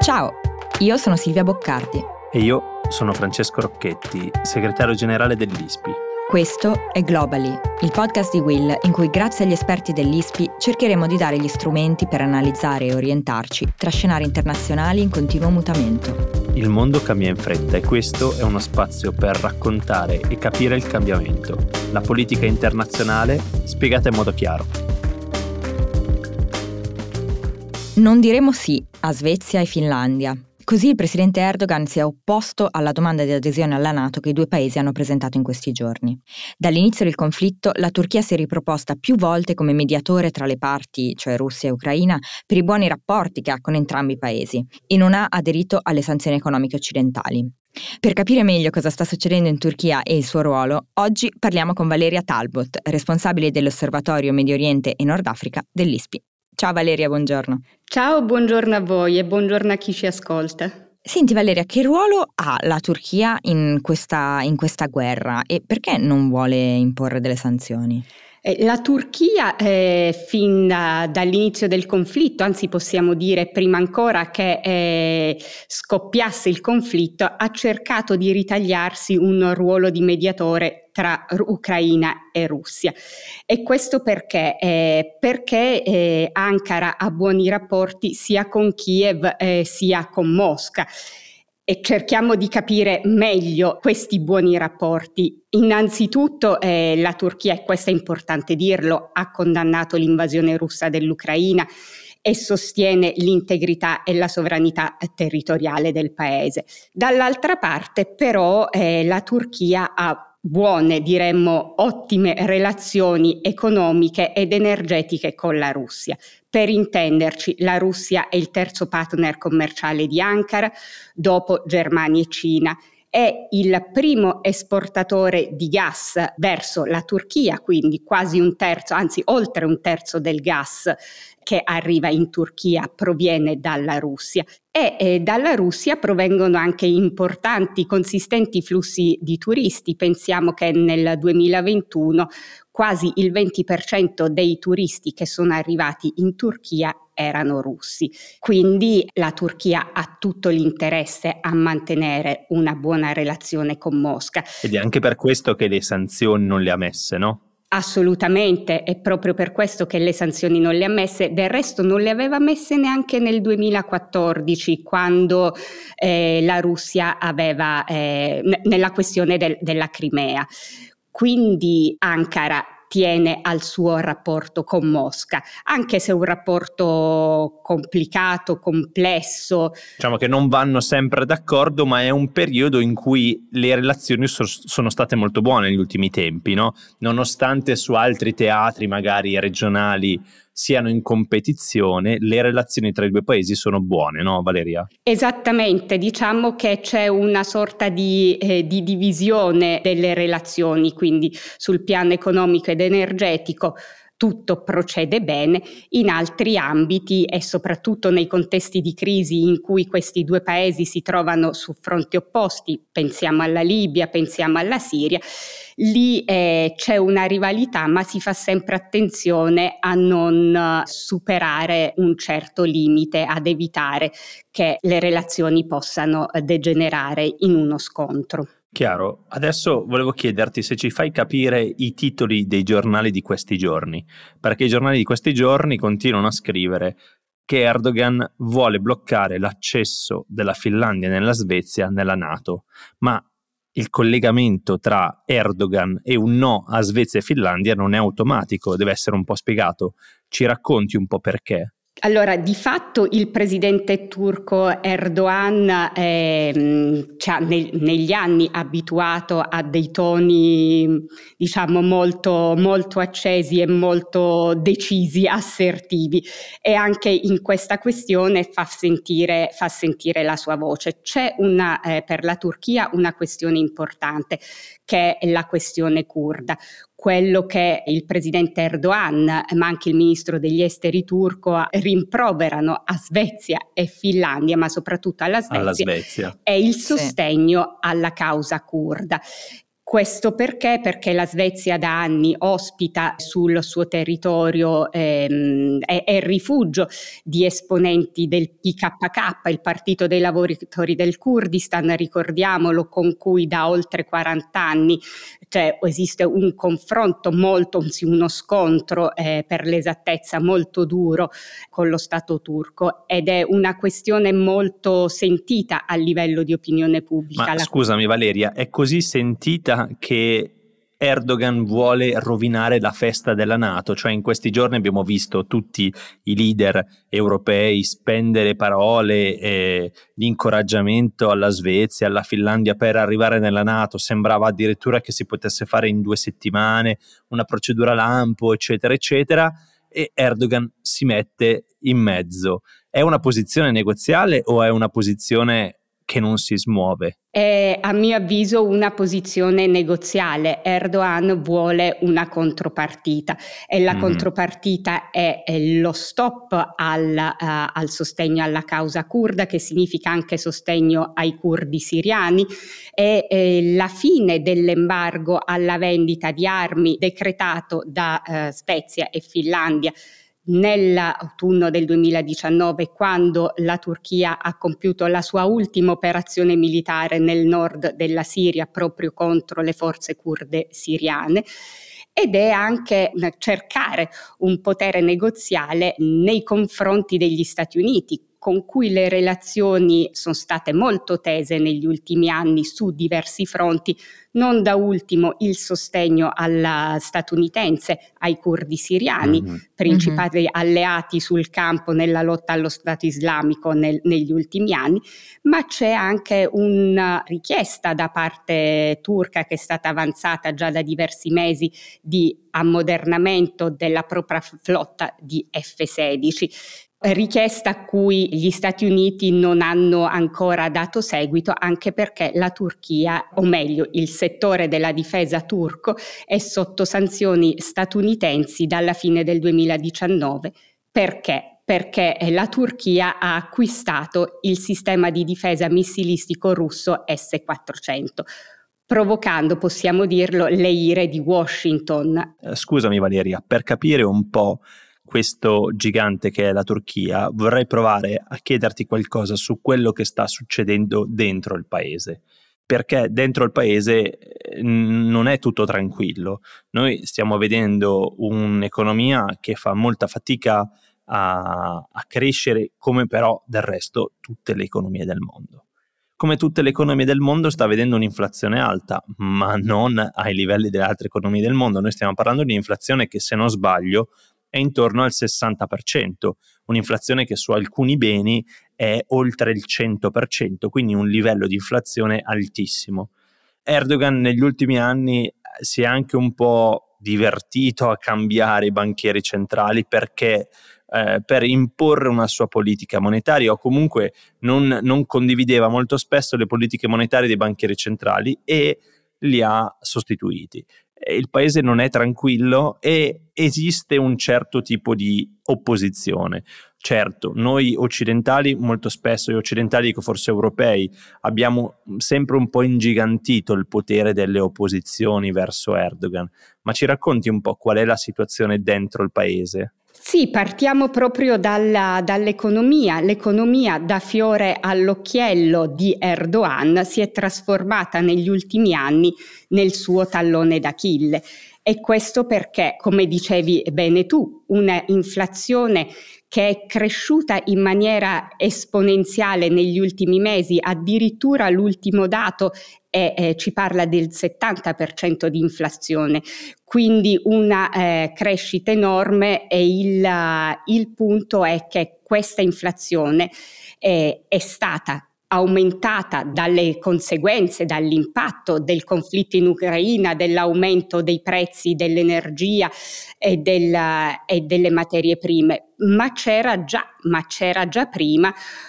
Ciao, io sono Silvia Boccardi. E io sono Francesco Rocchetti, segretario generale dell'ISPI. Questo è Globally, il podcast di Will in cui grazie agli esperti dell'ISPI cercheremo di dare gli strumenti per analizzare e orientarci tra scenari internazionali in continuo mutamento. Il mondo cambia in fretta e questo è uno spazio per raccontare e capire il cambiamento. La politica internazionale spiegata in modo chiaro. Non diremo sì a Svezia e Finlandia. Così il presidente Erdogan si è opposto alla domanda di adesione alla NATO che i due paesi hanno presentato in questi giorni. Dall'inizio del conflitto, la Turchia si è riproposta più volte come mediatore tra le parti, cioè Russia e Ucraina, per i buoni rapporti che ha con entrambi i paesi e non ha aderito alle sanzioni economiche occidentali. Per capire meglio cosa sta succedendo in Turchia e il suo ruolo, oggi parliamo con Valeria Talbot, responsabile dell'Osservatorio Medio Oriente e Nord Africa dell'ISPI. Ciao Valeria, buongiorno. Ciao, buongiorno a voi e buongiorno a chi ci ascolta. Senti Valeria, che ruolo ha la Turchia in questa guerra e perché non vuole imporre delle sanzioni? La Turchia fin dall'inizio del conflitto, anzi possiamo dire prima ancora che scoppiasse il conflitto, ha cercato di ritagliarsi un ruolo di mediatore tra Ucraina e Russia. E questo perché? Perché Ankara ha buoni rapporti sia con Kiev sia con Mosca. E cerchiamo di capire meglio questi buoni rapporti. Innanzitutto la Turchia, e questo è importante dirlo, ha condannato l'invasione russa dell'Ucraina e sostiene l'integrità e la sovranità territoriale del paese. Dall'altra parte però la Turchia ha buone, diremmo ottime relazioni economiche ed energetiche con la Russia. Per intenderci, la Russia è il terzo partner commerciale di Ankara, dopo Germania e Cina. È il primo esportatore di gas verso la Turchia, quindi quasi un terzo, anzi oltre un terzo del gas che arriva in Turchia proviene dalla Russia e dalla Russia provengono anche importanti, consistenti flussi di turisti. Pensiamo che nel 2021 quasi il 20% dei turisti che sono arrivati in Turchia erano russi. Quindi la Turchia ha tutto l'interesse a mantenere una buona relazione con Mosca. Ed è anche per questo che le sanzioni non le ha messe, no? Assolutamente, è proprio per questo che le sanzioni non le ha messe. Del resto non le aveva messe neanche nel 2014, quando la Russia aveva nella questione della Crimea. Quindi Ankara tiene al suo rapporto con Mosca, anche se è un rapporto complicato, complesso. Diciamo che non vanno sempre d'accordo, ma è un periodo in cui le relazioni sono state molto buone negli ultimi tempi, no? Nonostante su altri teatri magari regionali siano in competizione, le relazioni tra i due paesi sono buone, no Valeria? Esattamente, diciamo che c'è una sorta di divisione delle relazioni, quindi sul piano economico ed energetico tutto procede bene, in altri ambiti e soprattutto nei contesti di crisi in cui questi due paesi si trovano su fronti opposti, pensiamo alla Libia, pensiamo alla Siria, lì c'è una rivalità, ma si fa sempre attenzione a non superare un certo limite, ad evitare che le relazioni possano degenerare in uno scontro. Chiaro, adesso volevo chiederti se ci fai capire i titoli dei giornali di questi giorni, perché i giornali di questi giorni continuano a scrivere che Erdogan vuole bloccare l'accesso della Finlandia nella Svezia nella NATO, ma il collegamento tra Erdogan e un no a Svezia e Finlandia non è automatico, deve essere un po' spiegato. Ci racconti un po' perché? Allora, di fatto il presidente turco Erdogan ci ha negli anni abituato a dei toni, diciamo, molto, molto accesi e molto decisi, assertivi, e anche in questa questione fa sentire la sua voce. C'è per la Turchia una questione importante, che è la questione curda. Quello che il presidente Erdogan, ma anche il ministro degli esteri turco rimproverano a Svezia e Finlandia, ma soprattutto alla Svezia, è il sostegno alla causa curda. Questo perché? Perché la Svezia da anni ospita sul suo territorio, è rifugio di esponenti del PKK, il Partito dei Lavoratori del Kurdistan, ricordiamolo, con cui da oltre 40 anni esiste un confronto uno scontro, per l'esattezza molto duro con lo Stato turco, ed è una questione molto sentita a livello di opinione pubblica. Ma scusami Valeria, è così sentita che Erdogan vuole rovinare la festa della NATO? Cioè in questi giorni abbiamo visto tutti i leader europei spendere parole di incoraggiamento alla Svezia, alla Finlandia per arrivare nella NATO. Sembrava addirittura che si potesse fare in 2 settimane, una procedura lampo, eccetera, eccetera, e Erdogan si mette in mezzo. È una posizione negoziale o è una posizione che non si smuove? È a mio avviso una posizione negoziale. Erdogan vuole una contropartita e la contropartita è lo stop al sostegno alla causa curda, che significa anche sostegno ai curdi siriani, e la fine dell'embargo alla vendita di armi decretato da Svezia e Finlandia nell'autunno del 2019, quando la Turchia ha compiuto la sua ultima operazione militare nel nord della Siria proprio contro le forze curde siriane, ed è anche cercare un potere negoziale nei confronti degli Stati Uniti, con cui le relazioni sono state molto tese negli ultimi anni su diversi fronti, non da ultimo il sostegno alla statunitense ai curdi siriani, principali alleati sul campo nella lotta allo Stato islamico negli ultimi anni, ma c'è anche una richiesta da parte turca che è stata avanzata già da diversi mesi di ammodernamento della propria flotta di F-16. Richiesta a cui gli Stati Uniti non hanno ancora dato seguito, anche perché la Turchia, o meglio il settore della difesa turco, è sotto sanzioni statunitensi dalla fine del 2019. Perché? Perché la Turchia ha acquistato il sistema di difesa missilistico russo S-400, provocando, possiamo dirlo, le ire di Washington. Scusami Valeria, per capire un po' questo gigante che è la Turchia, vorrei provare a chiederti qualcosa su quello che sta succedendo dentro il paese, perché dentro il paese non è tutto tranquillo. Noi stiamo vedendo un'economia che fa molta fatica a crescere, come però del resto tutte le economie del mondo. Come tutte le economie del mondo sta vedendo un'inflazione alta, ma non ai livelli delle altre economie del mondo. Noi stiamo parlando di un'inflazione che, se non sbaglio, è intorno al 60%, un'inflazione che su alcuni beni è oltre il 100%, quindi un livello di inflazione altissimo. Erdogan negli ultimi anni si è anche un po' divertito a cambiare i banchieri centrali perché per imporre una sua politica monetaria, o comunque non condivideva molto spesso le politiche monetarie dei banchieri centrali e li ha sostituiti. Il paese non è tranquillo e esiste un certo tipo di opposizione. Certo, noi occidentali, molto spesso, gli occidentali, dico forse europei, abbiamo sempre un po' ingigantito il potere delle opposizioni verso Erdogan, ma ci racconti un po' qual è la situazione dentro il paese? Sì, partiamo proprio dall'economia. L'economia, da fiore all'occhiello di Erdogan, si è trasformata negli ultimi anni nel suo tallone d'Achille. E questo perché, come dicevi bene tu, una inflazione che è cresciuta in maniera esponenziale negli ultimi mesi, addirittura l'ultimo dato ci parla del 70% di inflazione, quindi una crescita enorme, e il punto è che questa inflazione è stata aumentata dalle conseguenze, dall'impatto del conflitto in Ucraina, dell'aumento dei prezzi dell'energia e delle materie prime, ma c'era già prima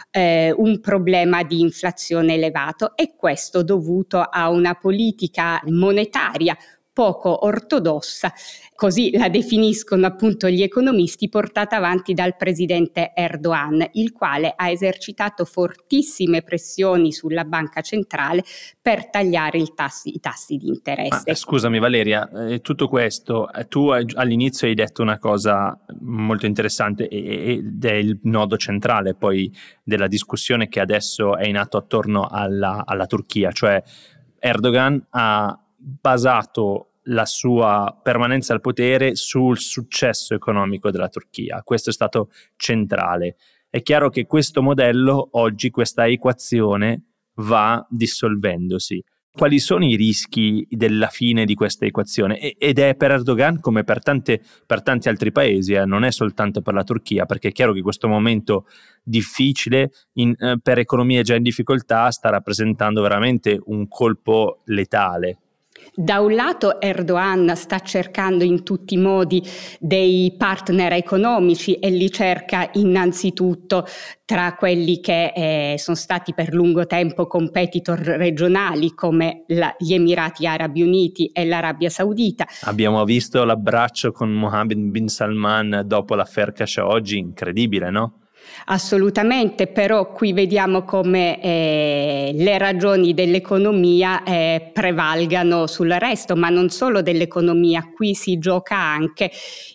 un problema di inflazione elevato, e questo dovuto a una politica monetaria poco ortodossa, così la definiscono appunto gli economisti, portata avanti dal presidente Erdogan, il quale ha esercitato fortissime pressioni sulla banca centrale per tagliare i tassi di interesse. Scusami Valeria, tutto questo, tu all'inizio hai detto una cosa molto interessante ed è il nodo centrale poi della discussione che adesso è in atto attorno alla Turchia, cioè Erdogan ha basato la sua permanenza al potere sul successo economico della Turchia. Questo è stato centrale. È chiaro che questo modello oggi, questa equazione, va dissolvendosi. Quali sono i rischi della fine di questa equazione? Ed è per Erdogan come per tanti altri paesi, non è soltanto per la Turchia, perché è chiaro che questo momento difficile per economie già in difficoltà sta rappresentando veramente un colpo letale. Da un lato Erdogan sta cercando in tutti i modi dei partner economici e li cerca innanzitutto tra quelli che sono stati per lungo tempo competitor regionali come gli Emirati Arabi Uniti e l'Arabia Saudita. Abbiamo visto l'abbraccio con Mohammed bin Salman dopo l'affaire Khashoggi, incredibile, no? Assolutamente, però qui vediamo come le ragioni dell'economia prevalgano sul resto, ma non solo dell'economia, qui si gioca anche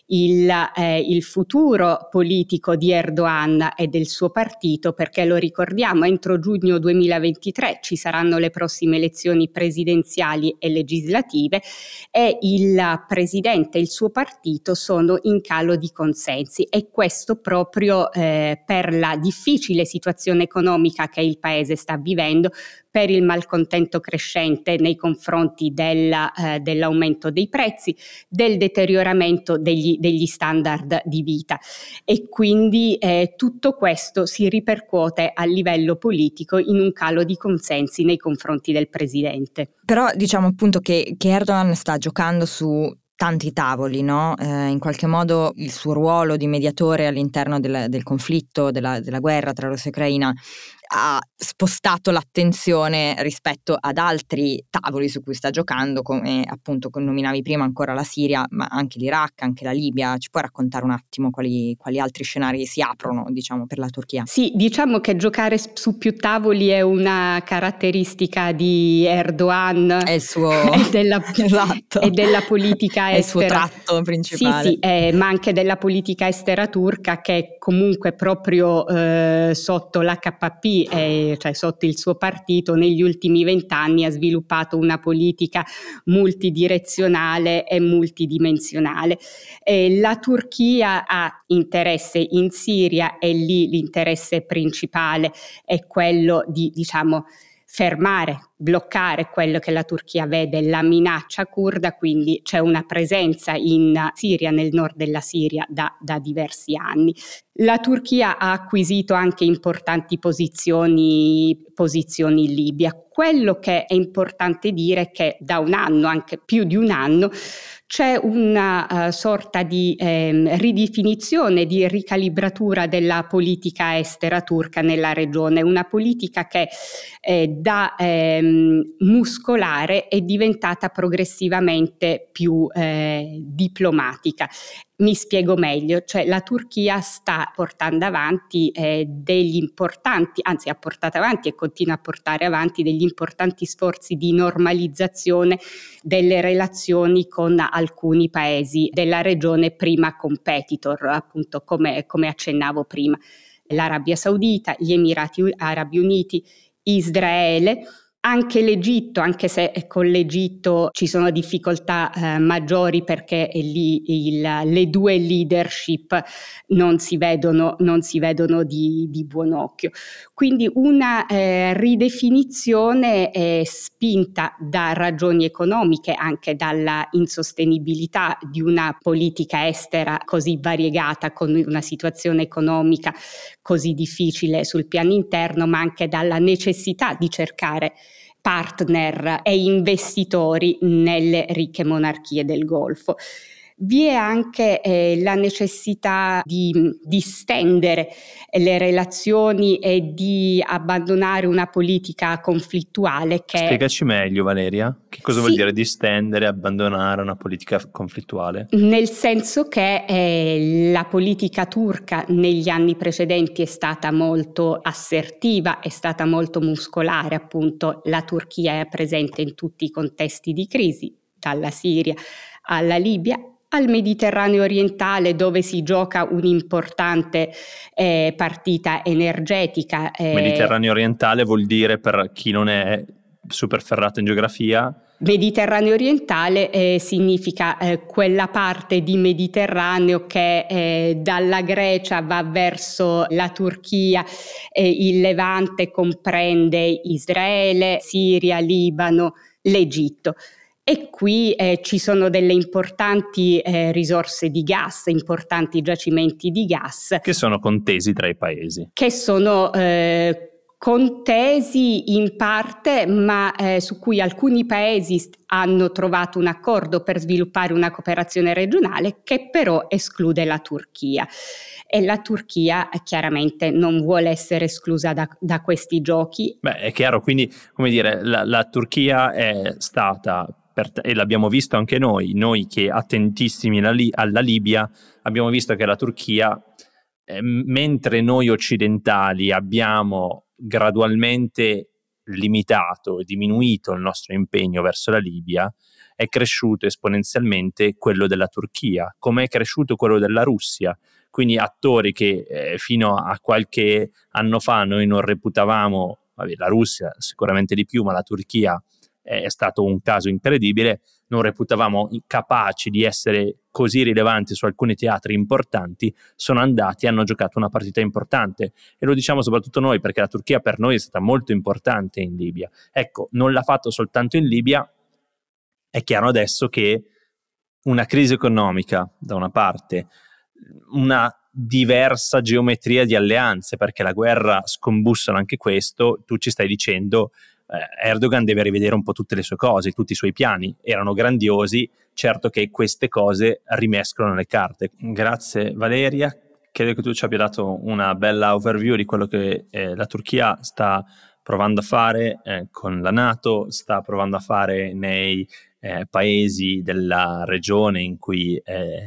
il futuro politico di Erdogan e del suo partito, perché lo ricordiamo, entro giugno 2023 ci saranno le prossime elezioni presidenziali e legislative e il presidente e il suo partito sono in calo di consensi e questo proprio per la difficile situazione economica che il paese sta vivendo, per il malcontento crescente nei confronti dell'aumento dei prezzi, del deterioramento degli standard di vita e quindi tutto questo si ripercuote a livello politico in un calo di consensi nei confronti del presidente. Però diciamo appunto che Erdogan sta giocando su tanti tavoli, no? In qualche modo il suo ruolo di mediatore all'interno del conflitto, della guerra tra Russia e Ucraina ha spostato l'attenzione rispetto ad altri tavoli su cui sta giocando, come appunto nominavi prima ancora la Siria, ma anche l'Iraq, anche la Libia. Ci puoi raccontare un attimo quali altri scenari si aprono, diciamo, per la Turchia? Sì, diciamo che giocare su più tavoli è una caratteristica di Erdogan è il suo esatto. e della politica estera. È il suo tratto principale. Sì, ma anche della politica estera turca che comunque proprio sotto l'HP, cioè sotto il suo partito, negli ultimi 20 anni ha sviluppato una politica multidirezionale e multidimensionale. La Turchia ha interesse in Siria e lì l'interesse principale è quello di, diciamo, fermare, bloccare quello che la Turchia vede la minaccia curda, quindi c'è una presenza in Siria, nel nord della Siria da diversi anni. La Turchia ha acquisito anche importanti posizioni in Libia. Quello che è importante dire è che da un anno, anche più di un anno, c'è una sorta di ridefinizione, di ricalibratura della politica estera turca nella regione, una politica che da muscolare è diventata progressivamente più diplomatica. Mi spiego meglio, cioè la Turchia sta portando avanti degli importanti, anzi ha portato avanti e continua a portare avanti degli importanti sforzi di normalizzazione delle relazioni con alcuni paesi della regione prima competitor, appunto come accennavo prima, l'Arabia Saudita, gli Emirati Arabi Uniti, Israele. Anche l'Egitto, anche se con l'Egitto ci sono difficoltà maggiori perché lì le due leadership non si vedono di buon occhio. Quindi una ridefinizione spinta da ragioni economiche, anche dalla insostenibilità di una politica estera così variegata, con una situazione economica così difficile sul piano interno, ma anche dalla necessità di cercare partner e investitori nelle ricche monarchie del Golfo. Vi è anche la necessità di distendere le relazioni e di abbandonare una politica conflittuale che... Spiegaci meglio, Valeria, che cosa vuol dire distendere, abbandonare una politica conflittuale? Nel senso che la politica turca negli anni precedenti è stata molto assertiva, è stata molto muscolare, appunto la Turchia è presente in tutti i contesti di crisi, dalla Siria alla Libia, al Mediterraneo orientale, dove si gioca un'importante partita energetica. Mediterraneo orientale vuol dire, per chi non è super ferrato in geografia, Mediterraneo orientale significa quella parte di Mediterraneo che dalla Grecia va verso la Turchia, il Levante comprende Israele, Siria, Libano, l'Egitto. E qui ci sono delle importanti risorse di gas, importanti giacimenti di gas. Che sono contesi tra i paesi. Che sono contesi in parte, ma su cui alcuni paesi hanno trovato un accordo per sviluppare una cooperazione regionale che però esclude la Turchia. E la Turchia chiaramente non vuole essere esclusa da questi giochi. Beh, è chiaro, quindi come dire, la Turchia è stata, e l'abbiamo visto anche noi che attentissimi alla Libia, abbiamo visto che la Turchia, mentre noi occidentali abbiamo gradualmente limitato e diminuito il nostro impegno verso la Libia, è cresciuto esponenzialmente quello della Turchia, come è cresciuto quello della Russia. Quindi attori che fino a qualche anno fa noi non reputavamo, la Russia sicuramente di più, ma la Turchia è stato un caso incredibile, non reputavamo capaci di essere così rilevanti su alcuni teatri importanti, sono andati e hanno giocato una partita importante, e lo diciamo soprattutto noi perché la Turchia per noi è stata molto importante in Libia. Ecco, non l'ha fatto soltanto in Libia. È chiaro adesso che una crisi economica da una parte, una diversa geometria di alleanze, perché la guerra scombussola anche questo, tu ci stai dicendo Erdogan deve rivedere un po' tutte le sue cose, tutti i suoi piani erano grandiosi, certo che queste cose rimescolano le carte. Grazie Valeria, credo che tu ci abbia dato una bella overview di quello che la Turchia sta provando a fare con la NATO, sta provando a fare nei paesi della regione in cui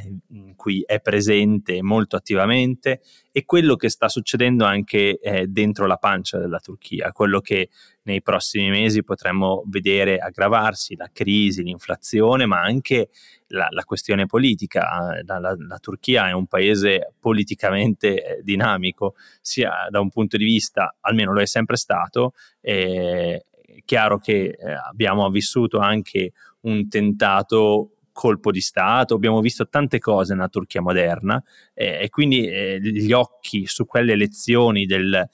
è presente molto attivamente, e quello che sta succedendo anche dentro la pancia della Turchia, quello che nei prossimi mesi potremmo vedere aggravarsi, la crisi, l'inflazione, ma anche la questione politica. La Turchia è un paese politicamente dinamico, sia da un punto di vista, almeno lo è sempre stato, è chiaro che abbiamo vissuto anche un tentato colpo di Stato, abbiamo visto tante cose nella Turchia moderna, e quindi gli occhi su quelle elezioni del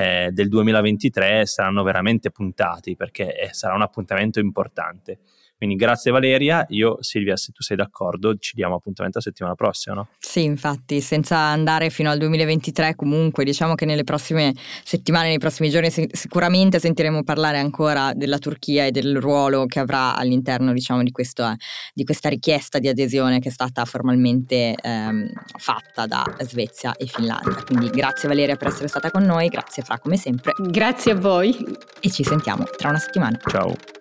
2023 saranno veramente puntati, perché sarà un appuntamento importante. Quindi grazie Valeria, io Silvia, se tu sei d'accordo ci diamo appuntamento la settimana prossima, no? Sì, infatti, senza andare fino al 2023, comunque diciamo che nelle prossime settimane, nei prossimi giorni sicuramente sentiremo parlare ancora della Turchia e del ruolo che avrà all'interno, diciamo, di questa richiesta di adesione che è stata formalmente fatta da Svezia e Finlandia. Quindi grazie Valeria per essere stata con noi, grazie Fra come sempre. Grazie a voi. E ci sentiamo tra una settimana. Ciao.